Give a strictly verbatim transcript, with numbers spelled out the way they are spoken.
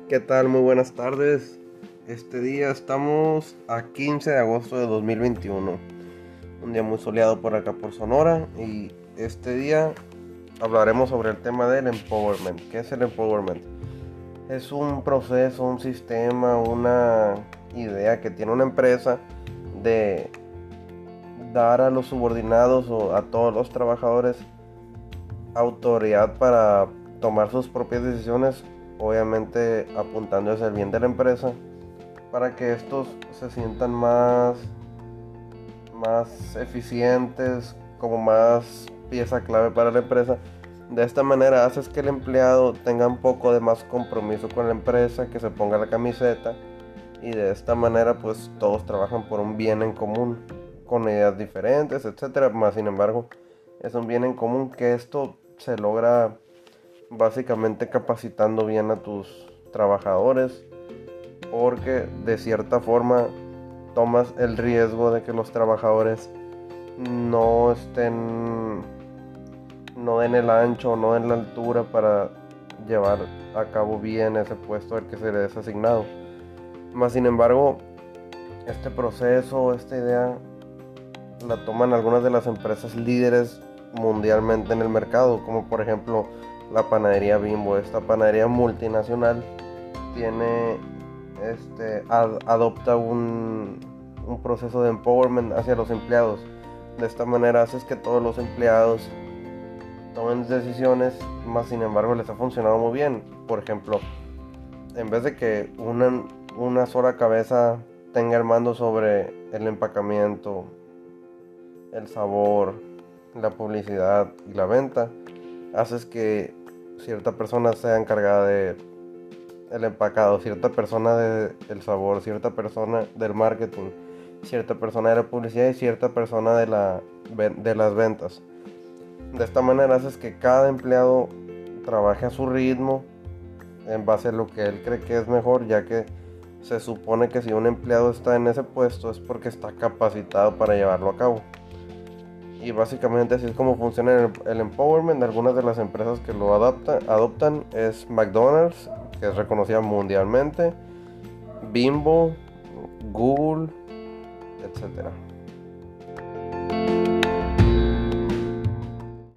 ¿Qué tal? Muy buenas tardes. Este día estamos a quince de agosto de dos mil veintiuno. Un día muy soleado por acá por Sonora. Y este día hablaremos sobre el tema del empowerment. ¿Qué es el empowerment? Es un proceso, un sistema, una idea que tiene una empresa de dar a los subordinados o a todos los trabajadores autoridad para tomar sus propias decisiones, obviamente apuntando hacia el bien de la empresa, para que estos se sientan más, más eficientes, como más pieza clave para la empresa. De esta manera haces que el empleado tenga un poco de más compromiso con la empresa, que se ponga la camiseta, y de esta manera pues todos trabajan por un bien en común, con ideas diferentes, etcétera. Más sin embargo, es un bien en común que esto se logra básicamente capacitando bien a tus trabajadores, porque de cierta forma tomas el riesgo de que los trabajadores no estén, no den el ancho, no den la altura para llevar a cabo bien ese puesto al que se les es asignado. Más sin embargo, este proceso, esta idea, la toman algunas de las empresas líderes mundialmente en el mercado, como por ejemplo la panadería Bimbo. Esta panadería multinacional tiene, este, ad- adopta un, un proceso de empowerment hacia los empleados. De esta manera haces que todos los empleados tomen decisiones, más sin embargo les ha funcionado muy bien. Por ejemplo, en vez de que una, una sola cabeza tenga el mando sobre el empacamiento, el sabor, la publicidad y la venta, haces que cierta persona sea encargada de el empacado, cierta persona de el sabor, cierta persona del marketing, cierta persona de la publicidad y cierta persona de la de las ventas. De esta manera haces que cada empleado trabaje a su ritmo en base a lo que él cree que es mejor, ya que se supone que si un empleado está en ese puesto es porque está capacitado para llevarlo a cabo. Y básicamente así es como funciona el, el empowerment. Algunas de las empresas que lo adapta, adoptan es McDonald's, que es reconocida mundialmente, Bimbo, Google, etcétera.